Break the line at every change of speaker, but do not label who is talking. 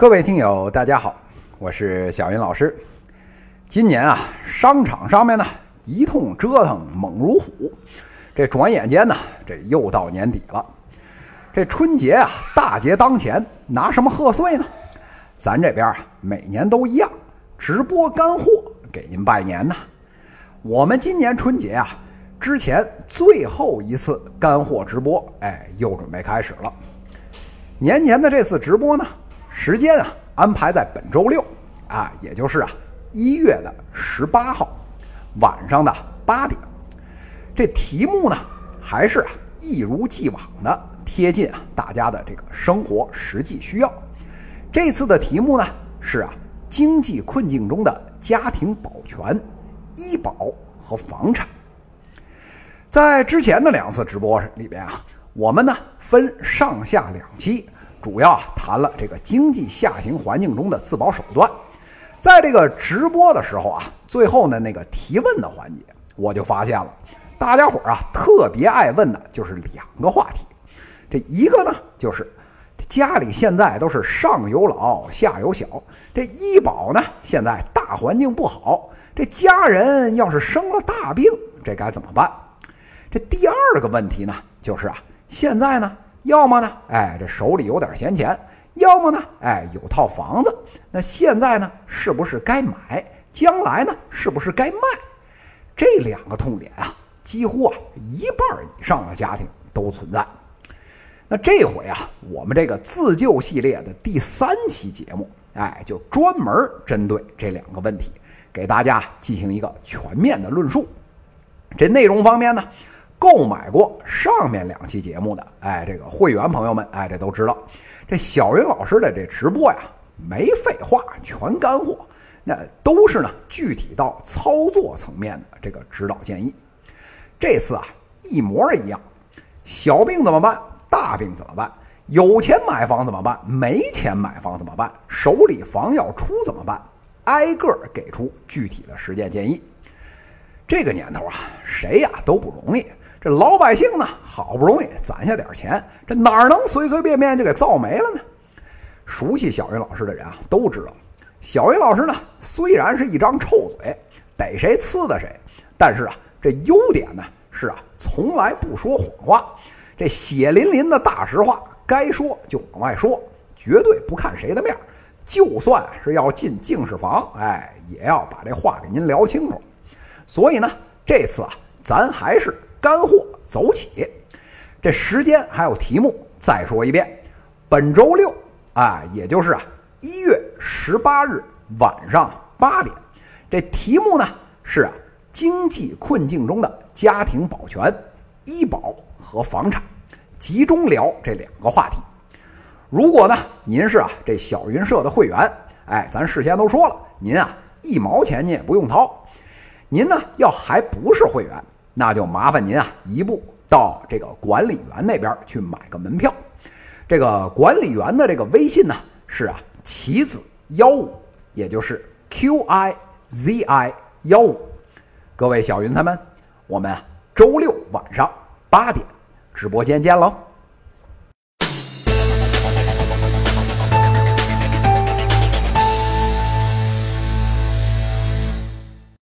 各位听友大家好，我是小云老师。今年啊，商场上面呢一通折腾猛如虎，这转眼间呢，这又到年底了。这春节啊，大节当前，拿什么贺岁呢？咱这边啊，每年都一样，直播干货给您拜年呢。我们今年春节啊，之前最后一次干货直播，又准备开始了。年前的这次直播呢，时间啊安排在本周六啊，也就是啊1月18号晚上的8点。这题目呢，还是一如既往的贴近大家的这个生活实际需要。这次的题目呢是经济困境中的家庭保全、医保和房产。在之前的2次直播里边我们呢分上下2期，主要谈了这个经济下行环境中的自保手段。在这个直播的时候最后的那个提问的环节，我就发现了大家伙特别爱问的就是2个话题。这一个呢就是家里现在都是上有老下有小，这医保呢现在大环境不好，这家人要是生了大病，这该怎么办？这第2个问题呢就是现在呢要么呢这手里有点闲钱，要么呢有套房子，那现在呢是不是该买，将来呢是不是该卖？这2个痛点几乎1半以上的家庭都存在。那这回我们这个自救系列的第3期节目就专门针对这2个问题给大家进行一个全面的论述。这内容方面呢，购买过上面2期节目的这个会员朋友们这都知道，这小云老师的这直播没废话，全干货，那都是呢具体到操作层面的这个指导建议。这次一模一样，小病怎么办，大病怎么办，有钱买房怎么办，没钱买房怎么办，手里房要出怎么办，挨个给出具体的实践建议。这个年头谁都不容易，这老百姓呢好不容易攒下点钱，这哪能随随便便就给造没了呢？熟悉小云老师的人都知道，小云老师呢虽然是一张臭嘴，逮谁呲的谁，但是这优点呢是从来不说谎话，这血淋淋的大实话，该说就往外说，绝对不看谁的面，就算是要进净室房也要把这话给您聊清楚。所以呢这次咱还是干货走起。这时间还有题目再说一遍，本周六也就是1月18日晚上8点。这题目呢是经济困境中的家庭保全、医保和房产，集中聊这2个话题。如果呢您是这小云社的会员，咱事先都说了，您1毛钱您也不用掏。您呢要还不是会员，那就麻烦您一步到这个管理员那边去买个门票。这个管理员的这个微信呢是棋子15，也就是 QIZI15。各位小云彩们，我们周六晚上8点直播间见喽。